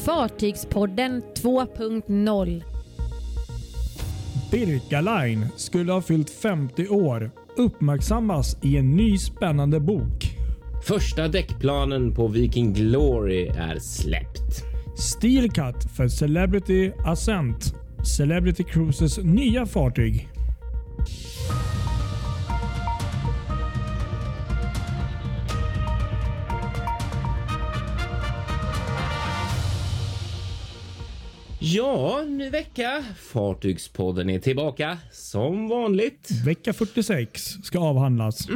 Fartygspodden 2.0. Birka Line skulle ha fyllt 50 år. Uppmärksammas i en ny spännande bok. Första däckplanen på Viking Glory är släppt. Steel Cut för Celebrity Ascent. Celebrity Cruises nya fartyg. Ja, ny vecka. Fartygspodden är tillbaka som vanligt. Vecka 46 ska avhandlas.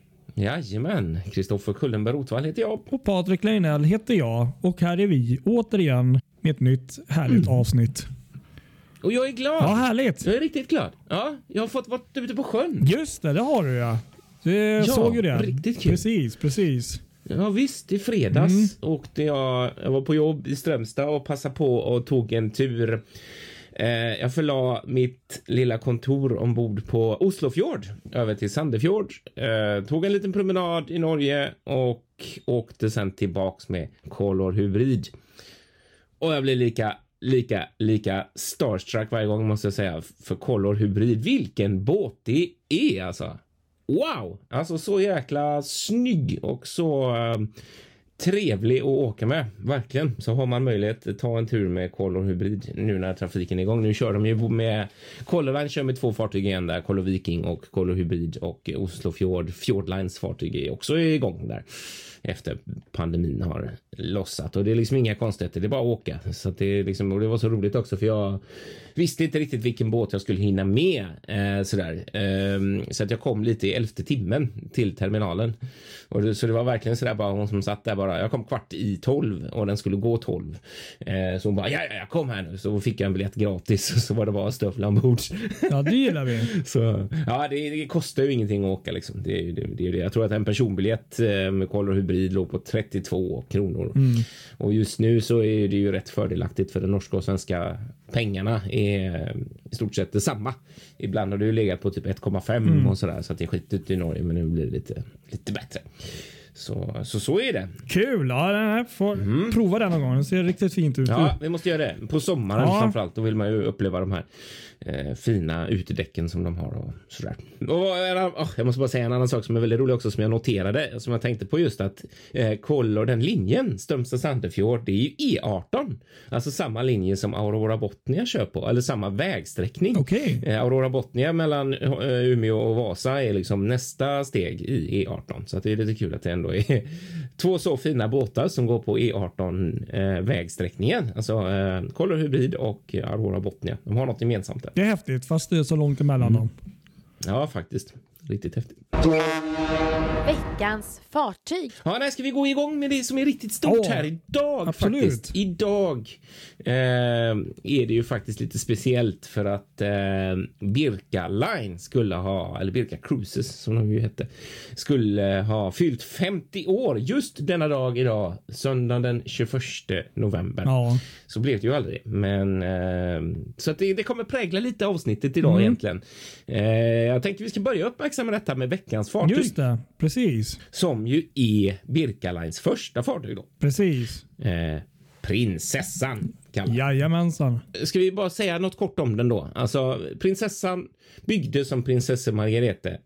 Jajamän, Kristoffer Kullenberg-Rotvall heter jag. Och Patrik Leinell heter jag. Och här är vi återigen med ett nytt härligt avsnitt. Och jag är glad. Ja, härligt. Jag är riktigt glad. Ja, jag har fått vara ute på sjön. Just det har du ja. Det såg ju det. Riktigt kul. Precis. Ja visst, i fredags åkte jag var på jobb i Strömstad och passade på och tog en tur. Jag förla mitt lilla kontor ombord på Oslofjord över till Sandefjord. Tog en liten promenad i Norge och åkte sen tillbaks med Color Hybrid. Och jag blev lika starstruck varje gång, måste jag säga, för Color Hybrid. Vilken båt det är alltså. Wow! Alltså så jäkla snygg och så trevlig att åka med. Verkligen. Så har man möjlighet att ta en tur med Color Hybrid nu när trafiken är igång. Nu kör de ju med Color Line kör med 2 fartyg igen där. Color Viking och Color Hybrid, och Oslofjord Fjordlines fartyg är också igång där. Efter pandemin har lossat. Och det är liksom inga konstigheter, det är bara att åka. Så att det är liksom, och det var så roligt också för jag visste inte riktigt vilken båt jag skulle hinna med sådär. Så att jag kom lite i 11:e timmen till terminalen. Och så det var verkligen sådär bara, hon som satt där bara, jag kom 11:15 och den skulle gå 12. Så hon bara, ja, kom här nu. Så fick jag en biljett gratis och så var det bara stövla ombord. Ja, det gillar vi. Så, ja, det kostar ju ingenting att åka liksom. Det är det. Jag tror att en personbiljett med Color Hybrid låg på 32 kronor. Och just nu så är det ju rätt fördelaktigt för den norska och svenska pengarna är i stort sett detsamma. Ibland har det ju legat på typ 1,5 och sådär, så att det är skit ut i Norge, men nu blir det lite bättre. Så är det. Kul, ja, får prova den någon gång. Det ser riktigt fint ut. Ja, vi måste göra det. På sommaren framförallt, då vill man ju uppleva de här fina utedäcken som de har och sådär. Och jag måste bara säga en annan sak som är väldigt rolig också, som jag noterade, som jag tänkte på just att Color, den linjen Strömstad-Sandefjord, det är ju E18. Alltså samma linje som Aurora Botnia kör på, eller samma vägsträckning. Okay. Aurora Botnia mellan Umeå och Vasa är liksom nästa steg i E18. Så att det är lite kul att det ändå är 2 så fina båtar som går på E18 vägsträckningen. Alltså Color Hybrid och Aurora Botnia. De har något gemensamt där. Det är häftigt, fast det är så långt emellan dem. Ja, faktiskt. Riktigt häftigt. Veckans fartyg. Ja, nej, ska vi gå igång med det som är riktigt stort här idag? Absolut. Faktiskt. Idag är det ju faktiskt lite speciellt för att Birka Line skulle ha, eller Birka Cruises som de ju hette, skulle ha fyllt 50 år just denna dag idag, söndagen den 21 november. Ja. Så blev det ju aldrig, men så att det kommer prägla lite avsnittet idag egentligen. Jag tänkte vi ska börja uppmärksamma detta med veckans fartyg. Just det, precis. Som ju är Birka Lines första fartyg då. Precis. Prinsessan. Jajamensan. Ska vi bara säga något kort om den då? Alltså, prinsessan byggdes som prinsessa Margrethe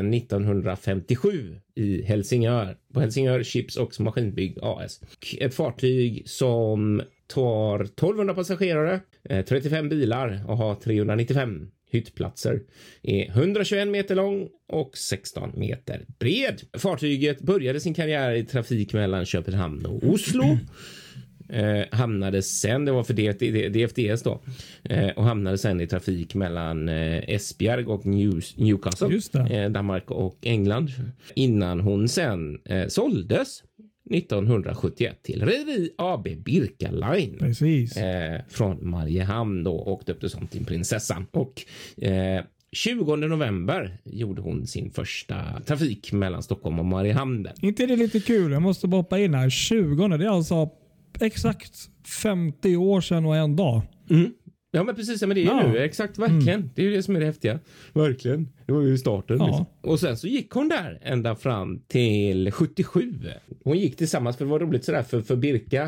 1957 i Helsingör. På Helsingör Ships och Maskinbygg AS. Ett fartyg som tar 1200 passagerare, 35 bilar och har 395 hyttplatser, är 121 meter lång och 16 meter bred. Fartyget började sin karriär i trafik mellan Köpenhamn och Oslo. Hamnade sen, det var för DFDS då, och hamnade sen i trafik mellan Esbjerg och Newcastle, Danmark och England, innan hon sen såldes 1971 till Rederi AB Birka Line. Precis. Från Mariehamn då, och döptes om till Prinsessan. Och 20 november gjorde hon sin första trafik mellan Stockholm och Mariehamn. Inte det lite kul? Jag måste bara hoppa in här. 20, det är alltså exakt 50 år sedan och en dag. Ja, men precis. Men det är ju nu. Exakt, verkligen. Det är ju det som är det häftiga. Verkligen. Det var ju starten. Ja. Liksom. Och sen så gick hon där ända fram till 77. Hon gick tillsammans, för det var roligt sådär för Birka.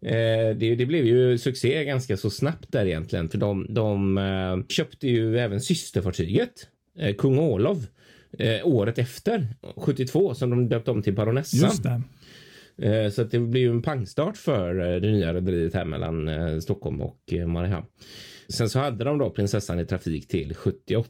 Det blev ju succé ganska så snabbt där egentligen. För de köpte ju även systerfartyget. Kung Olof. Året efter, 72, som de döpte om till Baronessan. Just det. Så att det blir ju en pangstart för det nya rederiet här mellan Stockholm och Mariehamn. Sen så hade de då prinsessan i trafik till 78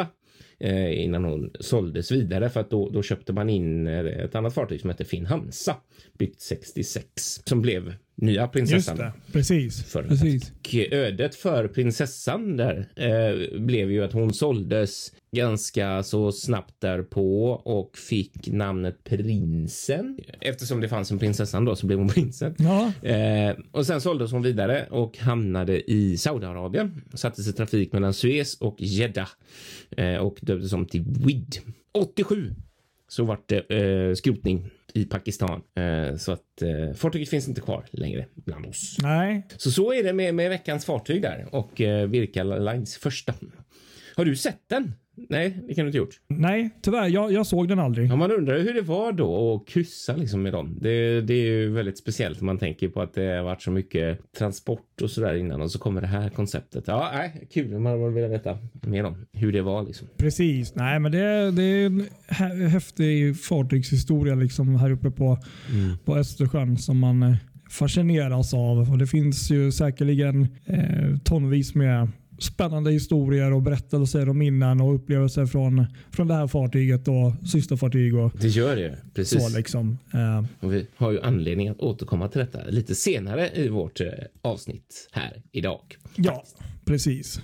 innan hon såldes vidare, för att då köpte man in ett annat fartyg som heter Finn Hansa, byggt 66, som blev nya prinsessan. Just det, precis. Och ödet för prinsessan där blev ju att hon såldes ganska så snabbt därpå och fick namnet Prinsen. Eftersom det fanns en prinsessan då, så blev hon prinsen. Ja. Och sen såldes hon vidare och hamnade i Saudiarabien. Sattes i trafik mellan Suez och Jeddah och döptes om till WID. 87 så vart det skrotning i Pakistan. Så att fartyget finns inte kvar längre bland oss. Nej. Så är det med veckans fartyg där. Och Birka Lines första. Har du sett den? Nej, det kan du inte gjort. Nej, tyvärr. Jag såg den aldrig. Ja, man undrar hur det var då att kryssa liksom med dem. Det är ju väldigt speciellt om man tänker på att det har varit så mycket transport och sådär innan. Och så kommer det här konceptet. Ja, kul. Man vill veta mer om hur det var liksom. Precis. Nej, men det är en häftig fartygshistoria liksom här uppe på Östersjön som man fascineras av. Och det finns ju säkerligen tonvis med spännande historier och berättelser och minnen och upplevelser från det här fartyget och systerfartyg. Och det gör det, precis. Så liksom. Och vi har ju anledning att återkomma till detta lite senare i vårt avsnitt här idag. Ja, precis.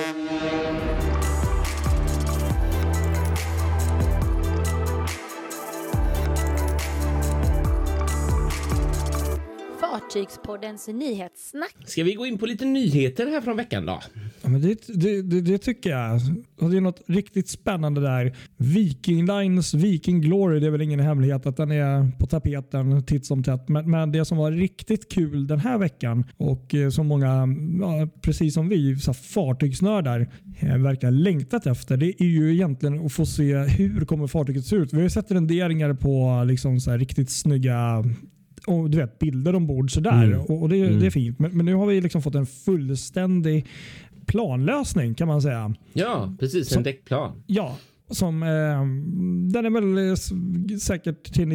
Fartygspoddens nyhetssnack. Ska vi gå in på lite nyheter här från veckan då? Ja, men det tycker jag. Och det är något riktigt spännande där. Viking Lines Viking Glory, det är väl ingen hemlighet att den är på tapeten titt som tätt. Men det som var riktigt kul den här veckan och som många, precis som vi, så fartygsnördar verkligen längtat efter, det är ju egentligen att få se hur kommer fartyget se ut. Vi har ju sett renderingar på liksom så här riktigt snygga och du vet, bilder ombord sådär. Och det är fint. Men nu har vi liksom fått en fullständig planlösning kan man säga. Ja, precis. En däckplan. Ja, som den är väl säkert till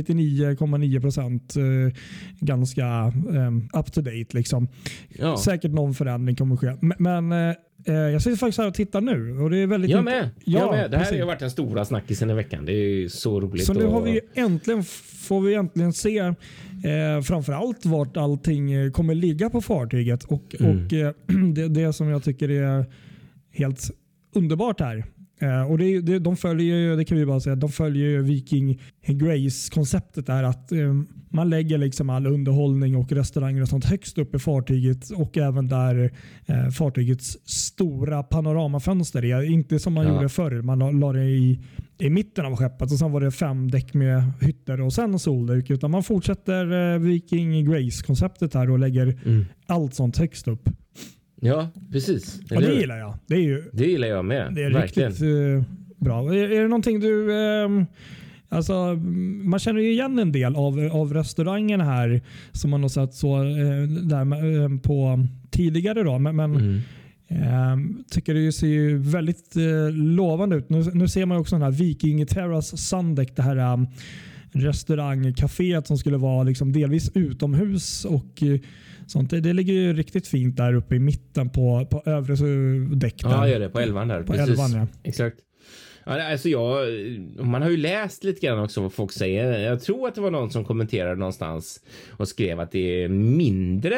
99,9% ganska up to date liksom. Ja. Säkert någon förändring kommer ske. Men jag sitter faktiskt här och tittar nu och det är väldigt Jag med. Det här har ju varit den stora snackisen i veckan. Det är ju så roligt. Så nu har vi får vi äntligen se framförallt vart allting kommer ligga på fartyget och det som jag tycker är helt underbart här. Och de följer ju, det kan vi bara säga, de följer ju Viking Grace-konceptet där att man lägger liksom all underhållning och restauranger och sånt högst upp i fartyget och även där fartygets stora panoramafönster är. Inte som man gjorde förr. Man la det i mitten av skeppet och sen var det 5 däck med hytter och sen solduk. Utan man fortsätter Viking Grace-konceptet här och lägger allt sånt högst upp. Ja, precis. Ja, det gillar jag. Det gillar jag med. Det är verkligen riktigt bra. Är det någonting du... Alltså, man känner ju igen en del av restaurangen här som man har sett så där på tidigare då. Men tycker det ser ju väldigt lovande ut. Nu ser man ju också den här Viking Terrace Sundeck, det här restaurangcaféet som skulle vara liksom delvis utomhus och sånt. Det ligger ju riktigt fint där uppe i mitten på övre däck. Ja, gör det. På 11 där. På precis. 11, ja. Exakt. Ja, alltså man har ju läst lite grann också vad folk säger. Jag tror att det var någon som kommenterade någonstans och skrev att det är mindre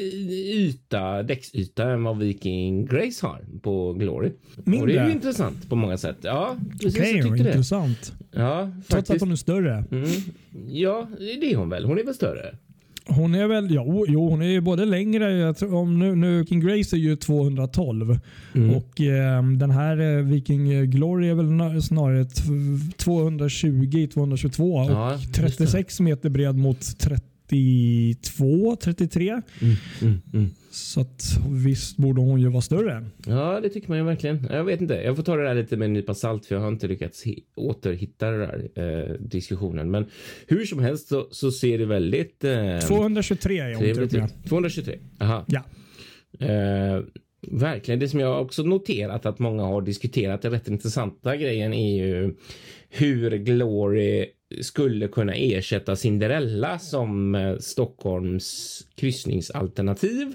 däcksyta än vad Viking Grace har på Glory. Mindre? Och det är ju intressant på många sätt. Ja, precis. Okej, jag tyckte intressant. Det. Ja, faktiskt. Trots att hon är större. Ja, det är hon väl. Hon är väl större. Hon är väl, hon är ju både längre, jag tror, nu Viking Grace är ju 212 och den här Viking Glory är väl snarare 220-222 och 36 meter bred mot 33. Så att visst borde hon ju vara större. Ja, det tycker man ju verkligen. Jag vet inte. Jag får ta det där lite med en nypa salt, för jag har inte lyckats återhitta den där diskussionen. Men hur som helst så ser det väldigt... 223 är hon trevligt ut. 223? Aha. Ja. Verkligen. Det som jag också noterat att många har diskuterat, den rätt intressanta grejen är ju hur Glory skulle kunna ersätta Cinderella som Stockholms kryssningsalternativ.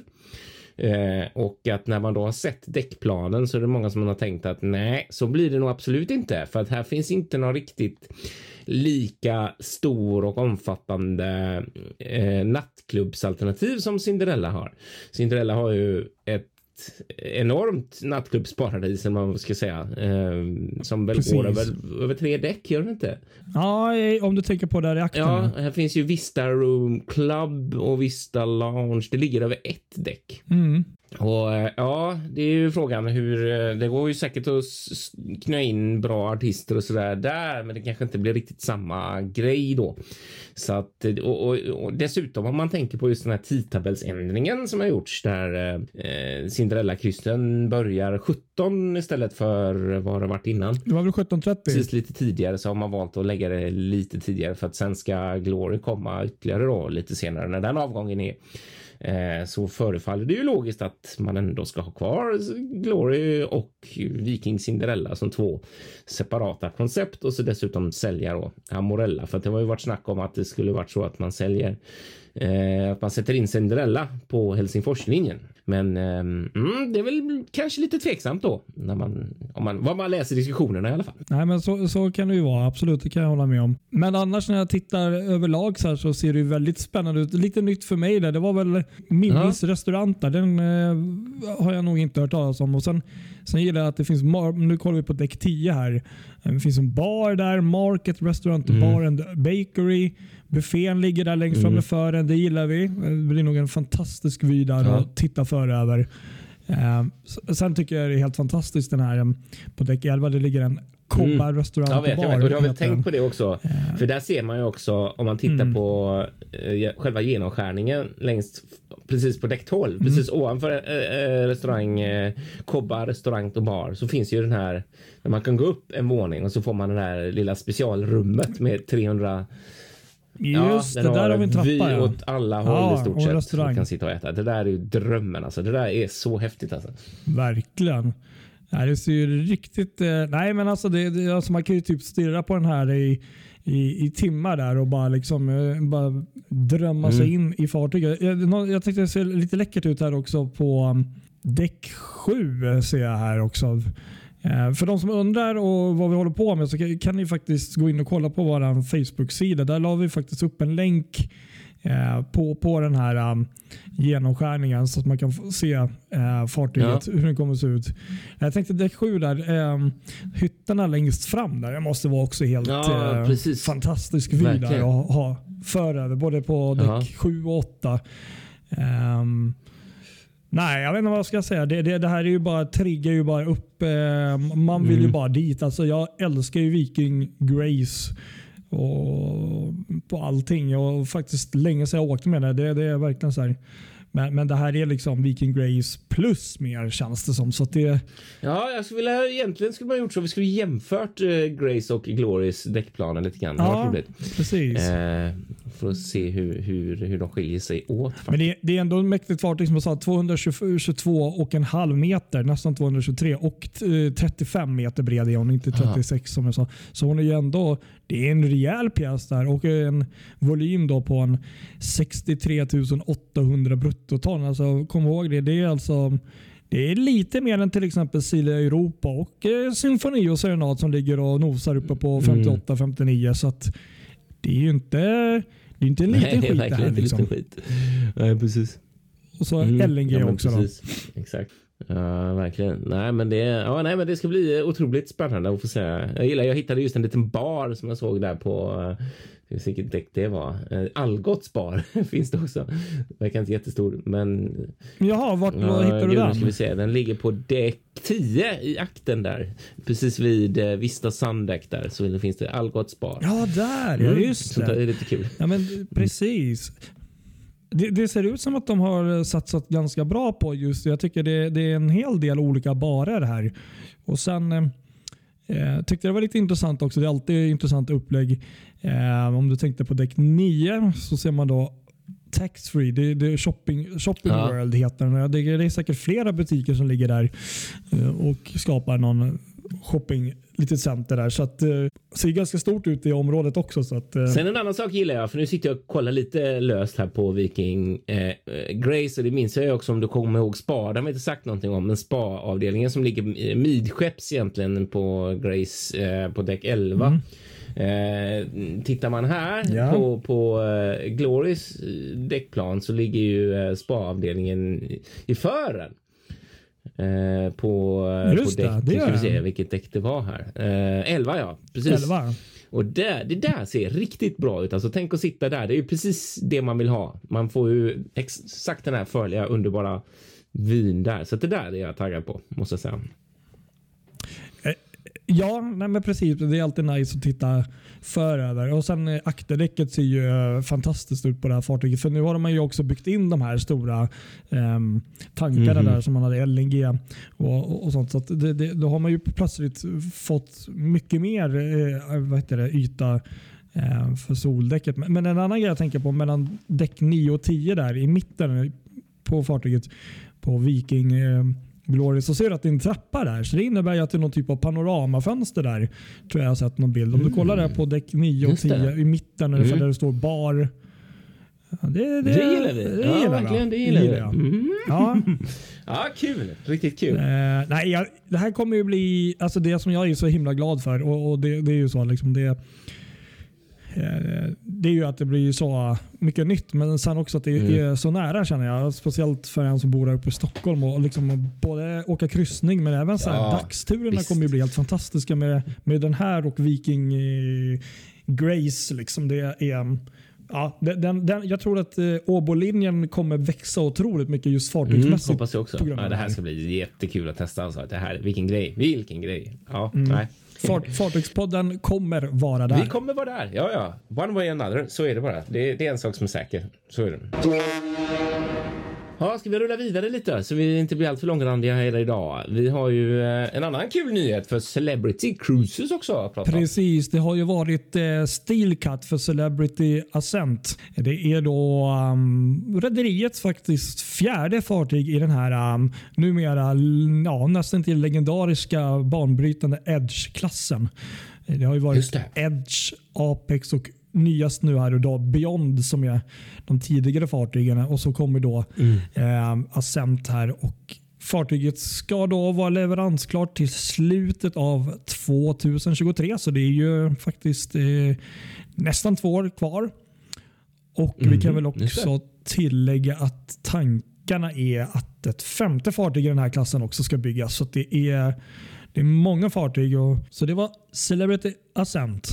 Och att när man då har sett däckplanen så är det många som har tänkt att nej, så blir det nog absolut inte. För att här finns inte någon riktigt lika stor och omfattande nattklubbsalternativ som Cinderella har. Cinderella har ju ett enormt nattklubbsparadis, eller man ska säga, som väl går över 3 däck, gör det inte? Ja, om du tänker på där i akten. Ja, här finns ju Vista Room Club och Vista Lounge. Det ligger över 1 däck. Och ja, det är ju frågan hur, det går ju säkert att knö in bra artister och sådär där, men det kanske inte blir riktigt samma grej då. Så att, och dessutom om man tänker på just den här tidtabellsändringen som har gjorts där Cinderella-kryssen börjar 17 istället för vad det varit innan. Det var väl 17:30? Precis, lite tidigare, så har man valt att lägga det lite tidigare för att sen ska Glory komma ytterligare då lite senare när den avgången är. Så förefaller det ju logiskt att man ändå ska ha kvar Glory och Viking Cinderella som 2 separata koncept, och så dessutom sälja då Amorella, för att det har ju varit snack om att det skulle varit så att man säljer att man sätter in Cinderella på Helsingforslinjen. Men det är väl kanske lite tveksamt då när vad man läser diskussionerna i alla fall. Nej, men så kan det ju vara, absolut, det kan jag hålla med om. Men annars när jag tittar överlag så här så ser det ju väldigt spännande ut. Lite nytt för mig där, det var väl Mimis restaurant där. Den har jag nog inte hört talas om. Och sen gillar jag att det finns, nu kollar vi på däck 10 här. Det finns en bar där, Market Restaurant och Bar and Bakery. Buffén ligger där längst fram med fören, det gillar vi. Det blir nog en fantastisk vy där att titta för över. Sen tycker jag det är helt fantastiskt den här på däck 11, det ligger en Kobba restaurant och bar. Och jag har väl tänkt på det också. För där ser man ju också, om man tittar på själva genomskärningen precis på däck 12, precis ovanför restaurang Kobba restaurang och bar, så finns ju den här, när man kan gå upp en våning och så får man den här lilla specialrummet med 300. Just det, där har vi en trappa. Vi åt alla håll i stort sett. Restaurang. Man kan sitta och äta. Det där är ju drömmen alltså. Det där är så häftigt alltså. Verkligen. Nej, det ser ju riktigt... nej, men alltså, alltså man kan ju typ stirra på den här i timmar där och bara liksom bara drömma sig in i fartyget. Jag tyckte det ser lite läckert ut här också på däck 7 ser jag här också. För de som undrar och vad vi håller på med så kan ni faktiskt gå in och kolla på vår Facebook-sida. Där la vi faktiskt upp en länk på den här genomskärningen så att man kan se fartyget, hur den kommer att se ut. Jag tänkte däck 7 där, hytterna längst fram där, det måste vara också helt fantastisk vy där att ha för över både på däck 7 och 8. Nej, jag vet inte vad jag ska säga. Det här är ju bara, triggar ju bara upp. Man vill ju bara dit. Alltså, jag älskar ju Viking Grace och på allting. Och faktiskt länge sedan jag åkte med det är verkligen så här. Men det här är liksom Viking Grace plus mer, känns det som. Så att det... Ja, egentligen skulle man gjort så. Vi skulle jämfört Grace och Glorys däckplaner lite grann. Ja, precis. För att se hur de skiljer sig åt. Men det är ändå en mäktigt fartyg som jag sa. 222,5 meter, nästan 223 och 35 meter bred är hon, inte 36 som jag sa. Så hon är ju ändå, det är en rejäl pjäs där och en volym då på en 63 800 bruttoton. Alltså kom ihåg det. Det är alltså, det är lite mer än till exempel Silja Europa och Symfoni och Serenad som ligger och nosar uppe på 58-59, så att det är ju inte en liten skit det här liksom. Liten skit. Nej, precis. Och så LNG också precis. Då. Exakt. Ja, verkligen. Nej, men det ska bli otroligt spännande att få se. Jag hittade just en liten bar som jag såg där på vilket däck det var. Algots bar finns det också. Det verkar inte jättestor, men jaha, vart hittar du den? Ska vi se. Den ligger på däck 10 i akten där. Precis vid Vista Sandäck där så finns det Algots bar. Ja, där. Ja, just det. Så det är lite kul. Ja, men precis. Det ser ut som att de har satsat ganska bra på just det. Jag tycker det är en hel del olika barer här. Och sen tyckte det var lite intressant också. Det är alltid intressant upplägg. Om du tänkte på däck 9 så ser man då tax-free. Det är shopping world heter den. Det är säkert flera butiker som ligger där och skapar någon shopping litet center där. Så att det ser ganska stort ut i området också. Så att, Sen en annan sak gillar jag, för nu sitter jag och kollar lite löst här på Viking Grace, och det minns jag också, om du kommer ihåg Spa, det har vi inte sagt någonting om, men Spa-avdelningen som ligger midskepps egentligen på Grace på däck 11. Tittar man här på Glorys däckplan så ligger ju Spa-avdelningen i fören. På däck, ska vi se vilket däck det var här. 11, ja, precis. 11. Och det där ser riktigt bra ut. Alltså tänk att sitta där, det är ju precis det man vill ha. Man får ju exakt den här förliga underbara vin där. Så det där är jag taggad på, måste jag säga. Ja, nej men precis. Det är alltid nice att titta föröver. Och sen akterdäcket ser ju fantastiskt ut på det här fartyget. För nu har man ju också byggt in de här stora tankarna där som man hade LNG och sånt. Så att då har man ju plötsligt fått mycket mer yta för soldäcket. Men en annan grej jag tänker på, mellan däck 9 och 10 där i mitten på fartyget på Viking Glory, så ser du att det är en trappa där. Så det innebär ju att det är någon typ av panoramafönster där. Tror jag har sett någon bild. Om du kollar där på däck 9 och 10 i mitten ungefär där det står bar. Ja, det gillar vi. Det gillar vi. Ja. Ja, kul. Riktigt kul. Nej, det här kommer ju bli, alltså det som jag är så himla glad för, och det är ju så liksom det är ju att det blir så mycket nytt, men sen också att det är så nära, känner jag. Speciellt för en som bor här uppe i Stockholm, och liksom både åka kryssning men även så här dagsturerna kommer ju bli helt fantastiska med den här och Viking Grace. Liksom det är, jag tror att Åbo-linjen kommer växa otroligt mycket just fartygsmässigt. Hoppas jag också. Ja, det här ska bli jättekul att testa. Alltså. Det här, vilken grej. Ja, nej. Fartygspodden kommer vara där. Vi kommer vara där, ja. One way or another, så är det bara. Det är en sak som är säker. Så är det. Ja, ska vi rulla vidare lite så vi inte blir allt för långrandiga här idag. Vi har ju en annan kul nyhet för Celebrity Cruises också att prata om. Precis, det har ju varit steel cut för Celebrity Ascent. Det är då rederiets faktiskt fjärde fartyg i den här numera nästan till legendariska banbrytande Edge-klassen. Det har ju varit Edge, Apex och nyast nu här och då Beyond som är de tidigare fartygen, och så kommer då Ascent här, och fartyget ska då vara leveransklart till slutet av 2023, så det är ju faktiskt nästan 2 år kvar. Och vi kan väl också tillägga att tankarna är att ett 5:e fartyg i den här klassen också ska byggas, så att det är många fartyg. Så det var Celebrity Ascent.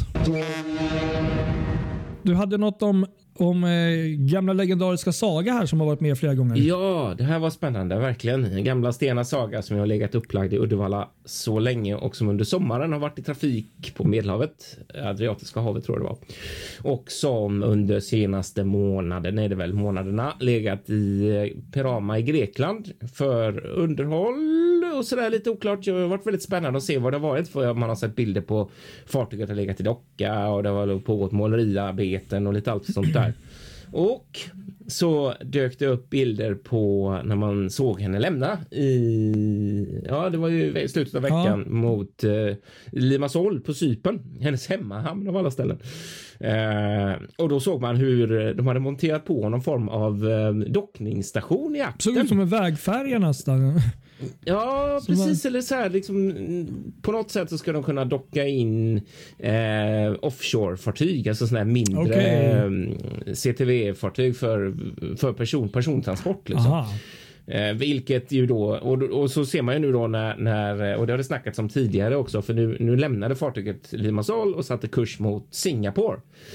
Du hade något om gamla legendariska Saga här som har varit med flera gånger. Ja, det här var spännande, verkligen. En gamla Stena Saga som jag har legat upplagd i Uddevalla så länge och som under sommaren har varit i trafik på Medelhavet, Adriatiska havet tror jag det var. Och som under senaste månaderna legat i Perama i Grekland för underhåll och sådär, lite oklart. Det har varit väldigt spännande att se vad det har varit, för man har sett bilder på fartyget har legat i docka och det har pågått måleriarbeten och lite allt sånt där. Och så dök det upp bilder på när man såg henne lämna det var ju i slutet av veckan mot Limassol på Cypern, hennes hemmahamn av alla ställen. Och då såg man hur de hade monterat på någon form av dockningsstation i akten. Såg ut som en vägfärja nästan. Ja, precis. Eller så här, liksom, på något sätt så ska de kunna docka in offshore-fartyg, alltså sådana här mindre CTV-fartyg för persontransport. Liksom. Vilket ju då, och så ser man ju nu då när och det har det snackats om tidigare också, för nu lämnade fartyget Limassol och satte kurs mot Singapore.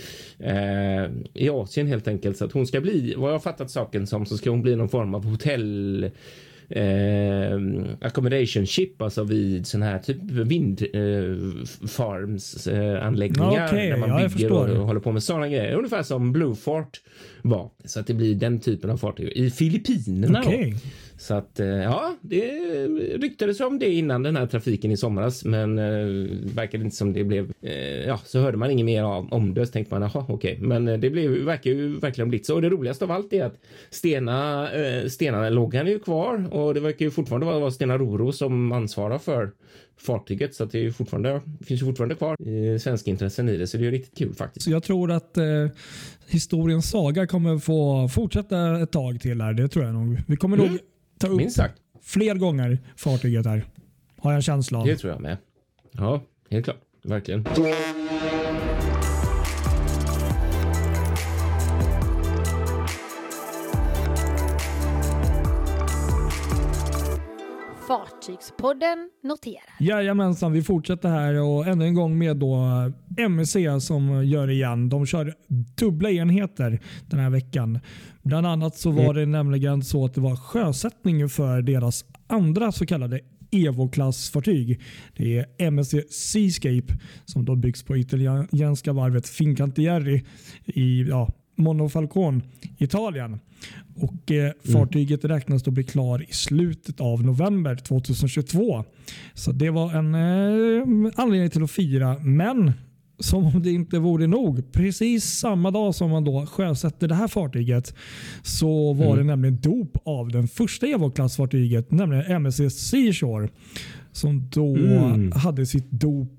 I Asien helt enkelt, så att hon ska bli, vad jag har fattat saken som, så ska hon bli någon form av accommodation ship, alltså vid sån här typ vindfarms anläggningar där man bygger och håller på med sådana grejer. Ungefär som Bluefort var. Så att det blir den typen av fartyg i Filippinerna då. Så att det ryktades om det innan den här trafiken i somras, men verkade inte som det blev så hörde man inget mer om det, så tänkte man men det verkar ju verkligen blivit så. Och det roligaste av allt är att Stena-loggan är ju kvar, och det verkar ju fortfarande vara Stena Roro som ansvarar för fartyget, så att det är finns ju fortfarande kvar svenska intressen i det, så det är ju riktigt kul faktiskt. Så jag tror att historiens saga kommer få fortsätta ett tag till här, det tror jag nog. Vi kommer nog ta upp fler gånger fartyget här, har jag en känsla av. Det tror jag med. Ja, helt klart. Verkligen. Fartygspodden noterar. Jajamensan, vi fortsätter här och ännu en gång med då MSC som gör igen. De kör dubbla enheter den här veckan. Bland annat så var det nämligen så att det var sjösättning för deras andra så kallade Evo-klassfartyg. Det är MSC Seascape som då byggs på italienska varvet Fincantieri i Monofalcone, Italien. Och fartyget räknas då bli klar i slutet av november 2022. Så det var en anledning till att fira, men som om det inte vore nog, precis samma dag som man då sjösätter det här fartyget så var det nämligen dop av den första Evo-klassfartyget, nämligen MSC Seashore, som då hade sitt dop,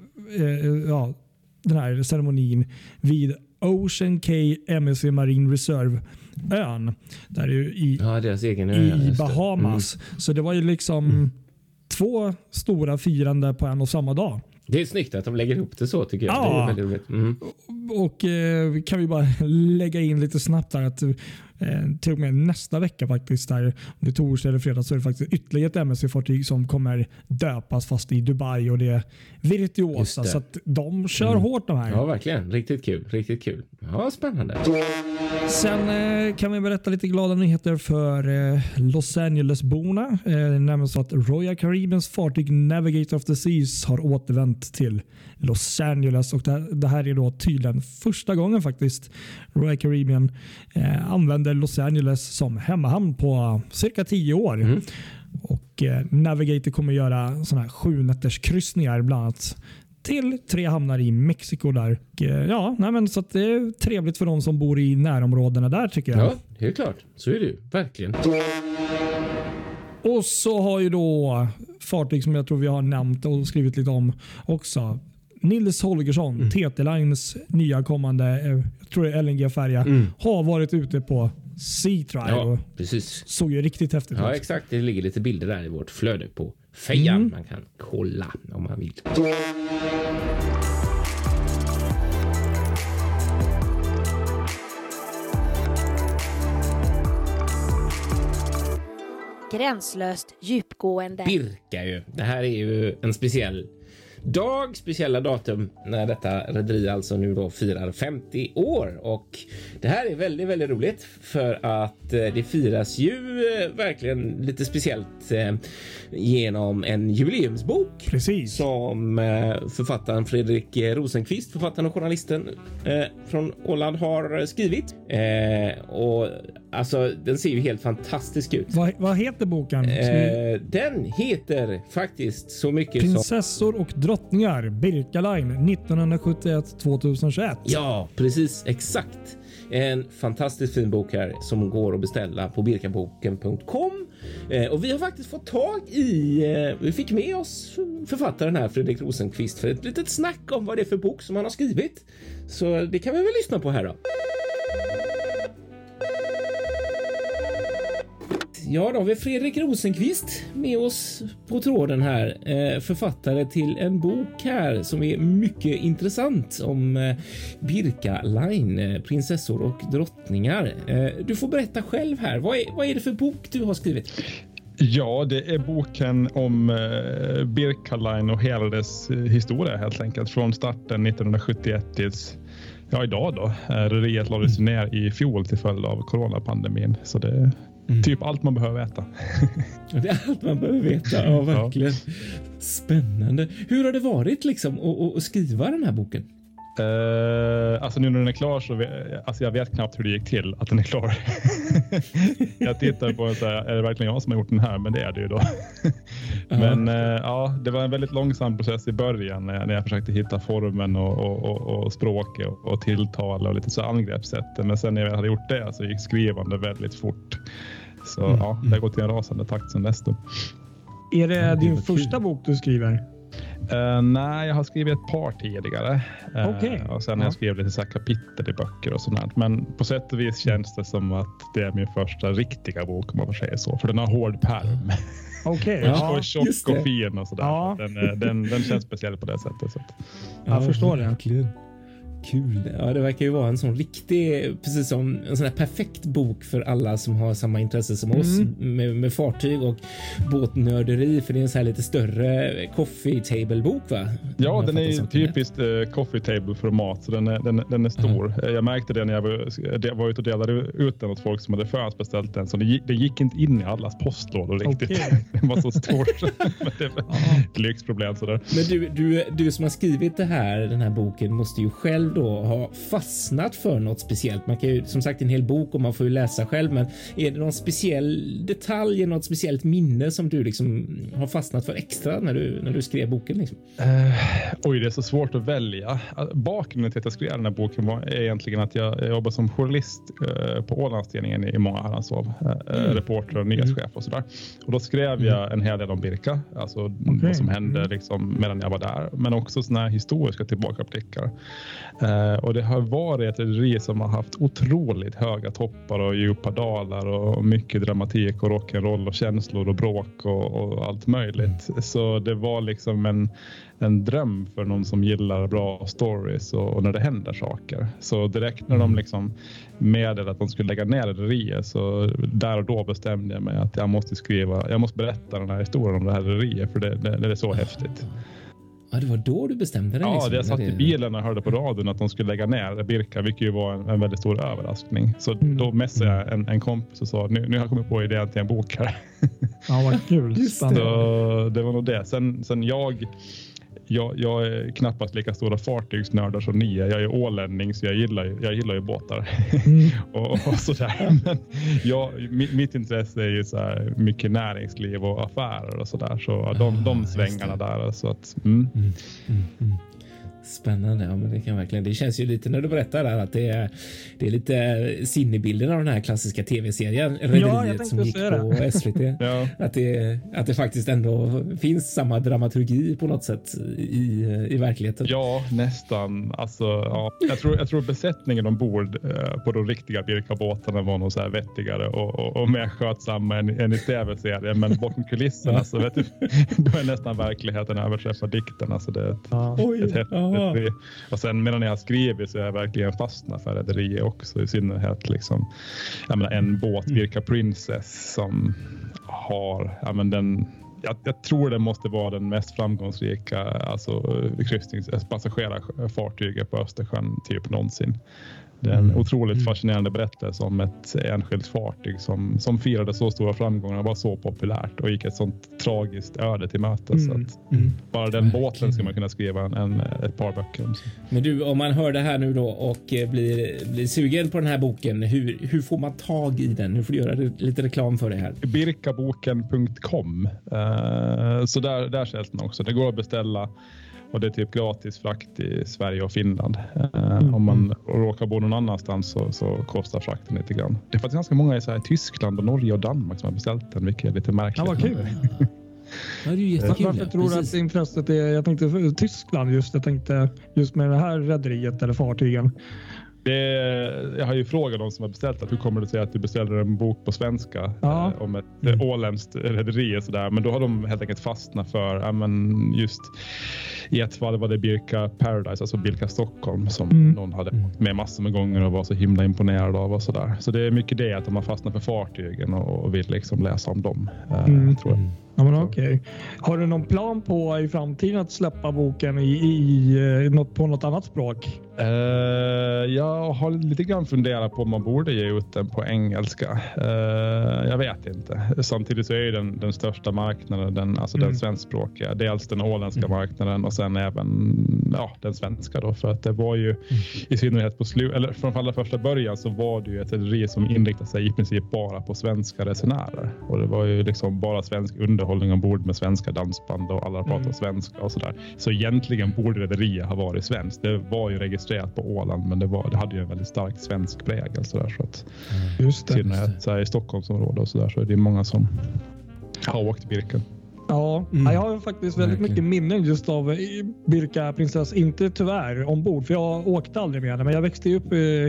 den här ceremonin vid Ocean Cay MSC Marine Reserve ön där i deras egen ö, i Bahamas. Så det var ju liksom två stora firande på en och samma dag. Det är snyggt att de lägger ihop det så, tycker jag. Det är väldigt roligt. Och kan vi bara lägga in lite snabbt där att till och med nästa vecka faktiskt, där, om det är torsdag eller fredag, så är det faktiskt ytterligare ett MSC-fartyg som kommer döpas fast i Dubai, och det är Virtuosa, så att de kör hårt de här. Ja, verkligen. Riktigt kul. Ja, spännande. Sen kan vi berätta lite glada nyheter för Los Angeles-borna. Nämligen så att Royal Caribbeans fartyg Navigator of the Seas har återvänt till Los Angeles, och det här är då tydligen första gången faktiskt Royal Caribbean använder Los Angeles som hemmahamn på cirka 10 år. Och Navigator kommer göra såna här 7-nätters kryssningar bland annat till 3 hamnar i Mexiko där. Så att det är trevligt för de som bor i närområdena där, tycker jag. Ja, helt klart. Så är det ju. Verkligen. Och så har ju då fartyg som jag tror vi har nämnt och skrivit lite om också. Nils Holgersson, TT Lines nya kommande, jag tror det är LNG-färja, har varit ute på Sea Trial. Ja, precis. Såg ju riktigt häftigt ut. Ja, exakt. Det ligger lite bilder där i vårt flöde på fejan. Man kan kolla om man vill. Gränslöst djupgående. Birka ju. Det här är ju en speciella datum när detta rederi alltså nu då firar 50 år, och det här är väldigt, väldigt roligt för att det firas ju verkligen lite speciellt genom en jubileumsbok. Precis. Som författaren Fredrik Rosenqvist, författaren och journalisten från Åland, har skrivit. Och alltså den ser ju helt fantastisk ut. Vad heter boken? Den heter faktiskt så mycket Prinsessor och drottningar, Birka Line 1971-2021. Ja, precis, exakt. En fantastiskt fin bok här som går att beställa på birkaboken.com. Och vi har faktiskt fått tag i, vi fick med oss författaren här, Fredrik Rosenqvist, för ett litet snack om vad det är för bok som han har skrivit. Så det kan vi väl lyssna på här då. Ja, då har vi Fredrik Rosenqvist med oss på tråden här. Författare till en bok här som är mycket intressant om Birka Line, prinsessor och drottningar. Du får berätta själv här. Vad är det för bok du har skrivit? Ja, det är boken om Birka Line och hela dess historia helt enkelt. Från starten 1971 tills idag då. Rederiet lades ner i fjol till följd av coronapandemin. Så det Typ allt man behöver veta. Det är allt man behöver veta, ja verkligen. Spännande. Hur har det varit liksom att skriva den här boken? Alltså nu när den är klar så jag vet knappt hur det gick till att den är klar. Jag tittar på och säger, är det verkligen jag som har gjort den här? Men det är det ju då. Men det var en väldigt långsam process i början när jag försökte hitta formen och språket och tilltal och lite så angreppssätt. Men sen när jag hade gjort det så gick skrivande väldigt fort. Så det har gått i en rasande takt sedan dess då. Är det din första bok du skriver? Nej, jag har skrivit ett par tidigare. Och sen har jag skrivit lite så här kapitel i böcker och sånt. Men på sätt och vis känns det som att det är min första riktiga bok, om man får säga så. För den har hård pärm. Och tjock och fin och sådär. Ja. Den känns speciell på det sättet. Så. Jag förstår det. Verkligen. Kul. Ja, det verkar ju vara en sån riktig, precis som en sån här perfekt bok för alla som har samma intresse som oss med fartyg och båtnörderi, för det är en sån här lite större coffee table bok, va? Ja, den är ju typiskt coffee table format, så den är stor. Jag märkte det när jag var ute och delade ut den åt folk som hade förhandsbeställt den, så det gick inte in i allas postlådor riktigt. Den var så stor. Men det var ett lyxproblem sådär. Men du som har skrivit den här boken måste ju själv då ha fastnat för något speciellt. Man kan ju, som sagt, en hel bok och man får ju läsa själv, men är det någon speciell detalj, något speciellt minne som du liksom har fastnat för extra när du skrev boken liksom? Det är så svårt att välja. Bakgrunden till att jag skrev den här boken är egentligen att jag jobbar som journalist på Ålandstidningen i många herrans år. Reporter och nyhetschef och sådär. Och då skrev jag en hel del om Birka, alltså vad som hände liksom medan jag var där, men också såna här historiska tillbakablickar. Och det har varit ett rederi som har haft otroligt höga toppar och djupa dalar och mycket dramatik och rock'n'roll och känslor och bråk och allt möjligt. Så det var liksom en dröm för någon som gillar bra stories och när det händer saker. Så direkt när de liksom meddelade att de skulle lägga ner rederiet, så där och då bestämde jag mig att jag måste berätta den här historien om det här rederiet, för det är så häftigt. Ja, det var då du bestämde dig? Ja, jag satt i bilen och hörde på radion att de skulle lägga ner Birka, vilket ju var en väldigt stor överraskning. Så då messade jag en kompis och sa, nu har jag kommit på idén till en bok här. Ja, vad kul. Så det var nog det. Sen jag är knappast lika stora fartygsnördar som ni är. Jag är ålänning, så jag gillar ju båtar. och sådär. Men mitt intresse är ju så här mycket näringsliv och affärer och sådär. Så de svängarna där. Så att, Spännande, ja, men det kan verkligen. Det känns ju lite när du berättar där att det är lite sinnebilden av den här klassiska tv-serien Rederiet som gick på SVT. Ja. Att det faktiskt ändå finns samma dramaturgi på något sätt i verkligheten. Ja, nästan. Alltså, ja. Jag tror besättningen ombord på de riktiga Birka-båtarna var nog så här vettigare och mer skötsamma än i tv-serien. Men bakom kulisserna så vet du, då är nästan verkligheten överträffar dikten. Alltså det är ett häftigt. Och sen medan jag har skrivit så är jag verkligen fastnat för rederiet också, i synnerhet liksom, jag menar, en båt, Birka Princess, som har, jag tror det måste vara den mest framgångsrika passagerarfartyget på Östersjön typ någonsin. Det är en otroligt fascinerande berättelse om ett enskilt fartyg som firade så stora framgångar och var så populärt och gick ett sånt tragiskt öde till mötes. Bara den båten ska man kunna skriva ett par böcker om. Men du, om man hör det här nu då och blir sugen på den här boken, hur får man tag i den? Hur får du göra lite reklam för det här? Birkaboken.com. Så där säljs den också. Det går att beställa. Och det är typ gratis frakt i Sverige och Finland. Om man råkar bo någon annanstans så kostar frakten lite grann. Det är faktiskt ganska många i Tyskland och Norge och Danmark som har beställt den, vilket är lite märkligt. Ja, vad kul. Ja, det är ju jättekul. Varför tror du att intresset är, jag tänkte Tyskland jag tänkte just med det här rederiet eller fartygen? Jag har ju frågat de som har beställt att hur kommer det sig att du beställer en bok på svenska om ett åländskt rederi och sådär. Men då har de helt enkelt fastnat för, just i ett fall var det Birka Paradise, alltså Birka Stockholm, som någon hade med massor med gånger och var så himla imponerad av och sådär. Så det är mycket det att de har fastnat för fartygen och vill liksom läsa om dem, tror jag. Ja, men okej. Har du någon plan på i framtiden att släppa boken på något annat språk? Jag har lite grann funderat på om man borde ge ut den på engelska. Jag vet inte. Samtidigt så är ju den största marknaden den svenskspråkiga. Dels den åländska marknaden och sen även den svenska då. För att det var ju i synnerhet från allra första början så var det ju ett rederi som inriktade sig i princip bara på svenska resenärer. Och det var ju liksom bara svensk underhållning ombord med svenska dansband och alla pratade svenska och sådär. Så egentligen borde rederiet ha varit svenskt. Det var ju registrerat på Åland, men det hade ju en väldigt stark svensk prägel så där, så att just det. Så i Stockholmsområdet och så där, så är det många som har åkt Birka. Ja, jag har faktiskt väldigt mycket minnen just av Birka Princess, inte tyvärr ombord, för jag åkte aldrig med den, men jag växte upp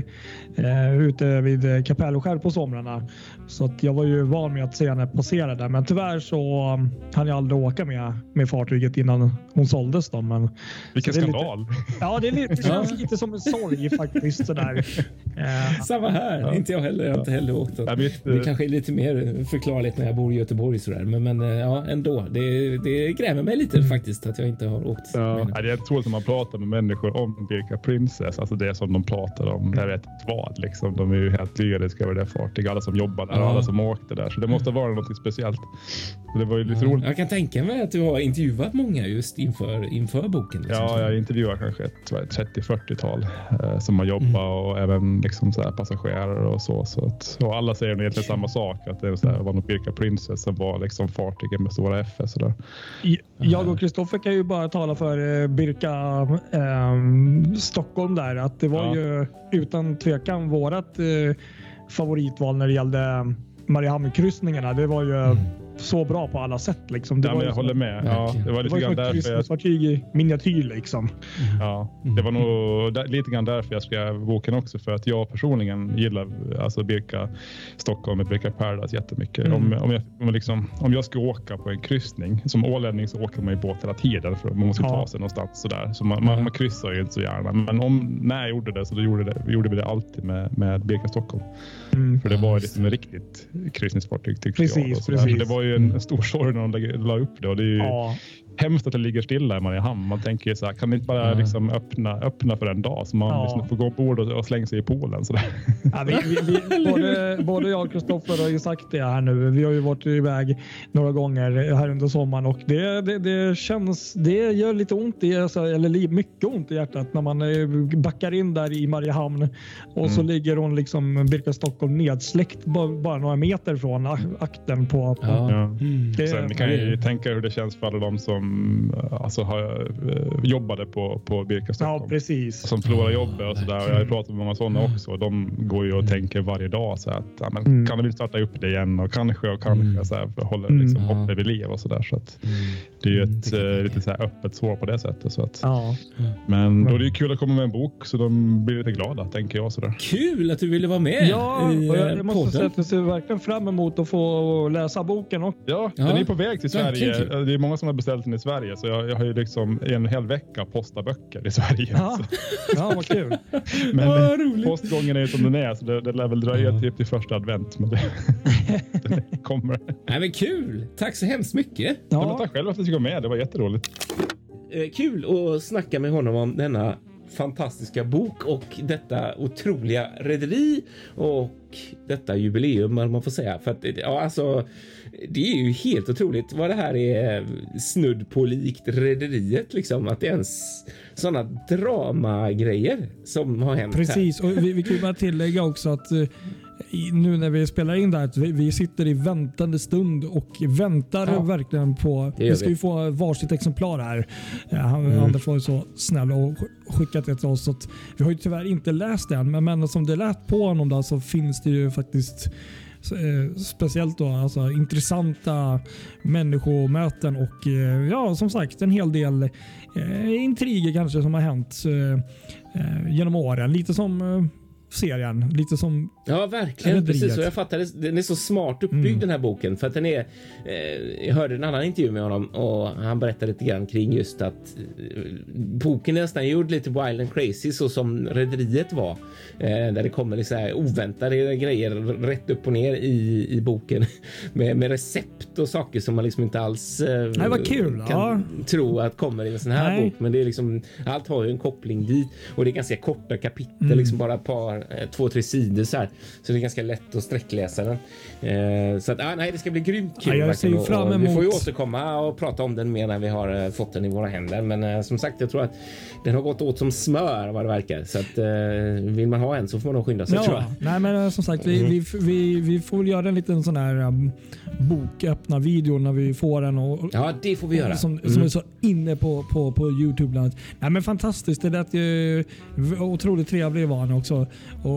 ute vid Kapellskär på somrarna, så att jag var ju van med att se henne passera där, men tyvärr så hann jag aldrig åka med fartyget innan hon såldes då, men vilken skandal. Det känns lite som en sorg faktiskt sådär. Samma här, jag har inte heller åkt den. Det kanske är lite mer förklarligt när jag bor i Göteborg sådär, men ändå. Det grämer mig lite faktiskt att jag inte har åkt. Ja, det är troligt att man pratar med människor om Birka Princess. Alltså det som de pratar om. Jag vet inte vad. Liksom. De är ju helt lyriska över det fartyget. Alla som jobbar där och alla som åkte där. Så det måste vara något speciellt. Så det var ju lite roligt. Jag kan tänka mig att du har intervjuat många just inför boken. Liksom. Ja, jag intervjuar kanske ett 30-40-tal som har jobbat och även liksom så här passagerare och så att, och alla säger egentligen samma sak. Att det var något Birka Princess som var liksom fartyget med stora F. Sådär. Jag och Kristoffer kan ju bara tala för Birka Stockholm där, att det var ju utan tvekan vårat favoritval när det gällde Mariehamn-kryssningarna. Det var ju så bra på alla sätt liksom. Det var jag håller med. Ja, det var lite grann därför kryssningsfartyg i miniatyr liksom. Ja, det var nog lite grann därför jag skrev boken också, för att jag personligen gillar alltså Birka Stockholm och Birka Paradise jättemycket. Om jag ska åka på en kryssning som ålänning, så åker man i båt hela tiden för man måste ta sig någonstans sådär. Så man kryssar ju inte så gärna. Men när jag gjorde det så gjorde vi det alltid med Birka Stockholm. För det var liksom ett riktigt kryssningsfartyg tyckte jag. Precis. Det var ju en stor sorg när de la upp det, och det är ju hemskt att det ligger stilla i Mariehamn. Man tänker så här, kan det inte bara liksom öppna för en dag så man liksom får gå ombord och slänga sig i poolen så där. Både jag och Kristoffer har ju sagt det här nu. Vi har ju varit iväg några gånger här under sommaren, och det gör lite ont eller mycket ont i hjärtat när man backar in där i Mariehamn och så ligger hon liksom Birka Stockholm nedsläckt bara några meter från akten på. Sen kan jag tänka hur det känns för alla de som jobbade på Birka Stockholm. Ja, precis. Som förlorar jobbet och sådär. Och jag har pratat med många sådana också. De går ju och tänker varje dag så att kan vi starta upp det igen och kanske så här, för att hålla liksom hoppet vid liv och sådär. Så att det är ju ett lite så här öppet svar på det sättet. Så att, men då är det ju kul att komma med en bok, så de blir lite glada, tänker jag. Sådär. Kul att du ville vara med. Ja, och jag måste säga att jag ser verkligen fram emot att få läsa boken också. Ja, den är på väg till Sverige. Det är många som har beställt den i Sverige, så jag har ju liksom en hel vecka postat böcker i Sverige. Ja, vad kul. Men postgången är ju som den är, så det lär väl dröja typ till första advent, men det kommer. Nej, men kul. Tack så hemskt mycket. Ja. Men tack själv att du ska med. Det var jätteroligt. Kul att snacka med honom om denna fantastiska bok och detta otroliga rederi och detta jubileum, man får säga, för att det är ju helt otroligt vad det här är snudd på likt rederiet liksom, att det är ens sådana dramagrejer som har hänt. Precis, här. Och vi kan ju bara tillägga också att nu när vi spelar in det här, att vi sitter i väntande stund och väntar verkligen på. Vi ska ju få varsitt exemplar här. Anders var ju så snäll och skickat det till oss, så att vi har ju tyvärr inte läst den, men som det lät på honom då, så finns det ju faktiskt speciellt då alltså intressanta människomöten och som sagt en hel del intriger kanske som har hänt genom åren, lite som serien. Lite som ja, verkligen. Precis. Och jag fattar, den är så smart uppbyggd den här boken. För att den är, jag hörde en annan intervju med honom och han berättade lite grann kring just att boken är nästan gjord lite wild and crazy så som Rederiet var. Där det kommer så här oväntade grejer rätt upp och ner i boken med recept och saker som man liksom inte alls kan tro att kommer i en sån här bok. Men det är liksom, allt har ju en koppling dit och det är ganska korta kapitel, liksom bara ett par 2-3 sidor så här. Så det är ganska lätt att sträckläsa den. Så att, nej, det ska bli grymt kul. Jag ser fram emot. Vi får ju återkomma och prata om den mer när vi har fått den i våra händer. Men som sagt, jag tror att den har gått åt som smör vad det verkar. Så att vill man ha en så får man nog skynda sig, tror jag. Nej, men som sagt, vi får väl göra en liten sån här boköppna video när vi får den. Och, ja, det får vi göra. Som är så inne på YouTube bland annat. Nej, men fantastiskt. Det lät ju otroligt trevlig var han också.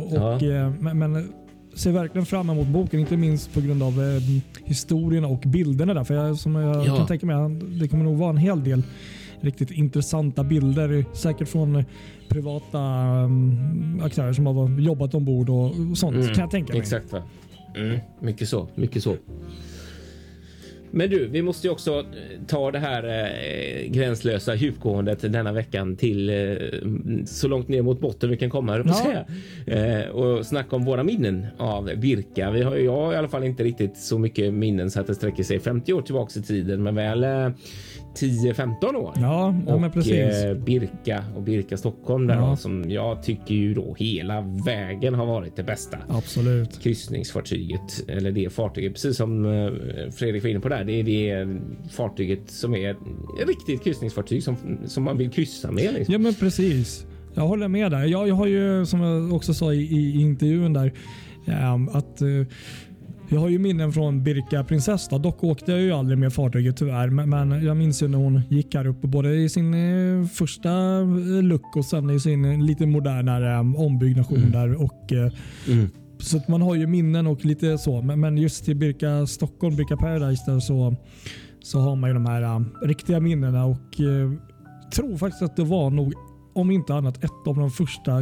Men ser verkligen fram emot boken, inte minst på grund av historierna och bilderna där. För jag kan tänka mig, det kommer nog vara en hel del riktigt intressanta bilder, säkert från privata aktörer som har jobbat ombord och sånt, kan jag tänka mig. Exakt, va? Mycket så. Men du, vi måste ju också ta det här gränslösa djupgåendet denna veckan till så långt ner mot botten vi kan komma, och snacka om våra minnen av Birka. Jag har i alla fall inte riktigt så mycket minnen så att det sträcker sig 50 år tillbaka i tiden, men väl 10-15 år. Ja, men precis. Birka och Birka Stockholm där då, som jag tycker ju då hela vägen har varit det bästa. Absolut. Kryssningsfartyget, eller det fartyget, precis som Fredrik var inne på där, det är det fartyget som är ett riktigt kryssningsfartyg som man vill kryssa med. Liksom. Ja, men precis. Jag håller med där. Jag har ju, som jag också sa i intervjun där, att jag har ju minnen från Birka Prinsessa. Dock åkte jag ju aldrig med fartyget tyvärr. Men jag minns ju när hon gick här uppe både i sin första look och sen i sin lite modernare ombyggnation där. Och, så att man har ju minnen och lite så. Men just till Birka Stockholm, Birka Paradise där så har man ju de här riktiga minnena. Och tror faktiskt att det var nog, om inte annat, ett av de första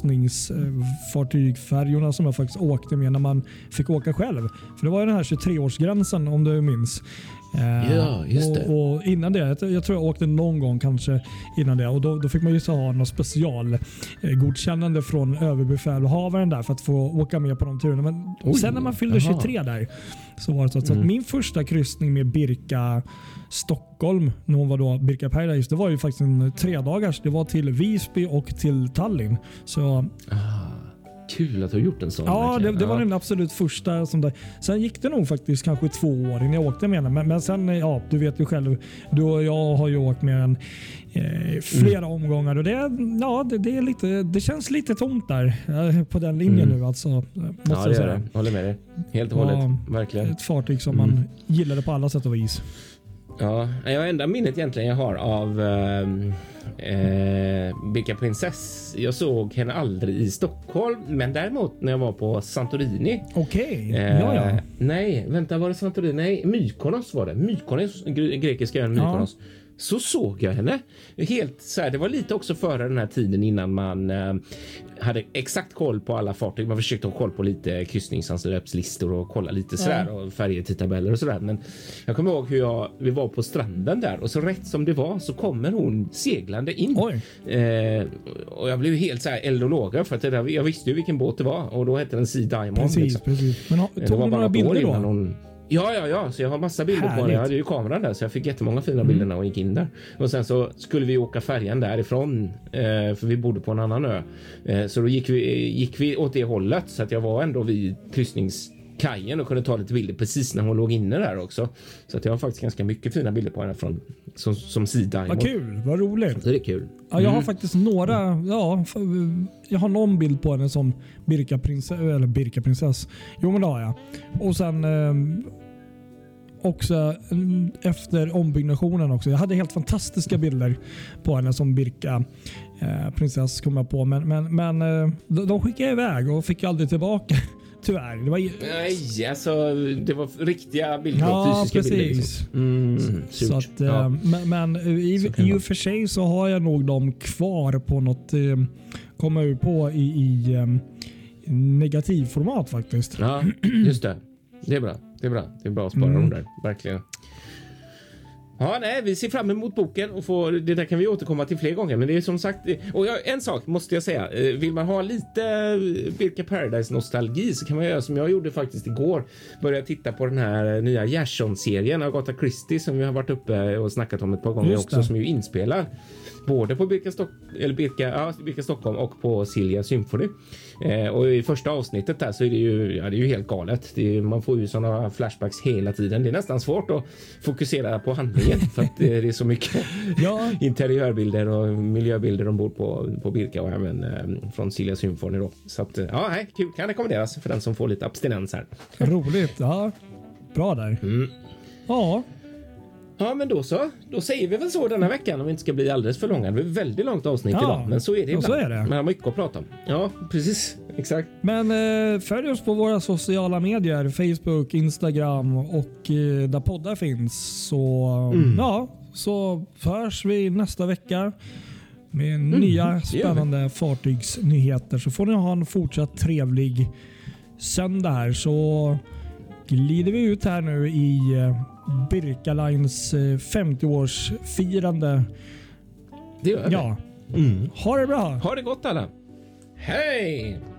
kryssningsfartygfärjorna som jag faktiskt åkte med när man fick åka själv. För det var ju den här 23-årsgränsen om du minns. Ja, just det. Och innan det, jag tror jag åkte någon gång kanske innan det, och då fick man ju så ha något specialgodkännande från överbefälhavaren där för att få åka med på de turerna. Men sen när man fyllde 23 där så var det så att min första kryssning med Birka Stockholm, när hon var då Birka Paradise, det var ju faktiskt en 3-dagars. Det var till Visby och till Tallinn. Så kul att du har gjort en sån. Ja, det var den absolut första. Sen gick det nog faktiskt kanske 2 år innan jag åkte med den. Men sen, du vet ju själv, du och jag har ju åkt med den flera omgångar. Och det är lite, det känns lite tomt där på den linjen nu. Alltså, måste jag säga. Håller med dig. Helt och hållet. Verkligen. Ett fartyg som man gillade på alla sätt och vis. Ja, jag enda minnet egentligen jag har av Birka Prinsess. Jag såg henne aldrig i Stockholm, men däremot när jag var på Santorini. Okej. Nej, vänta, var det Santorini? Nej, Mykonos var det. Mykonos, grekiska ön Mykonos. Ja. Så såg jag henne. Helt så här, det var lite också före den här tiden innan man hade exakt koll på alla fartyg. Man försökte ha koll på lite kryssningsanslöpslistor och kolla lite sådär och färjetidtabeller och sådär. Men jag kommer ihåg hur vi var på stranden där och så rätt som det var så kommer hon seglande in. Och jag blev helt så här eld och låga för att jag visste ju vilken båt det var och då hette den Sea Diamond. Precis. Men tog du några bilder då? Ja, så jag har massa bilder på henne. Jag hade ju kameran där så jag fick jättemånga fina bilder när hon gick in där. Och sen så skulle vi åka färjan därifrån för vi bodde på en annan ö. Så då gick vi åt det hållet så att jag var ändå vid kryssningskajen och kunde ta lite bilder precis när hon låg inne där också. Så att jag har faktiskt ganska mycket fina bilder på henne som sida. Vad kul, vad roligt. Så det är kul. Ja, jag har faktiskt några, jag har någon bild på henne som Birka Prinsess. Jo, men det har jag. Och sen också efter ombyggnationen också. Jag hade helt fantastiska bilder på henne som Birka Prinsess kom jag på. Men de skickade iväg och fick aldrig tillbaka. Tyvärr. Nej, alltså det var riktiga bilder, fysiska bilder. Liksom. Så att, men i och för sig så har jag nog dem kvar på något, kommer jag på negativformat faktiskt. Ja, just det. Det är bra. Det är bra att spara dem där, verkligen. Ja, nej, vi ser fram emot boken och det där kan vi återkomma till fler gånger, men det är som sagt, och en sak måste jag säga, vill man ha lite Birka Paradise-nostalgi så kan man göra som jag gjorde faktiskt igår, börja titta på den här nya Gerson-serien av Agatha Christie som vi har varit uppe och snackat om ett par gånger också, som ju inspelar både på Birka Stockholm och på Silja Symphony. Och i första avsnittet där så är det ju helt galet. Man får ju sådana flashbacks hela tiden. Det är nästan svårt att fokusera på handlingen för att det är så mycket interiörbilder och miljöbilder ombord på Birka och även från Silja Symphony då. Så att kul, kan rekommenderas för den som får lite abstinens här. Roligt, ja. Bra där. Ja. Ja, men då säger vi väl så denna veckan om vi inte ska bli alldeles för långa. Det är väldigt långt avsnitt idag, men så är det ibland. Så är det. Man har mycket att prata om. Ja, precis. Exakt. Men följ oss på våra sociala medier, Facebook, Instagram och där poddar finns. Så hörs vi nästa vecka med nya spännande fartygsnyheter. Så får ni ha en fortsatt trevlig söndag här, så glider vi ut här nu i Birka Lines 50-årsfirande. Det gör vi. Ja. Ha det bra. Ha det gott alla. Hej!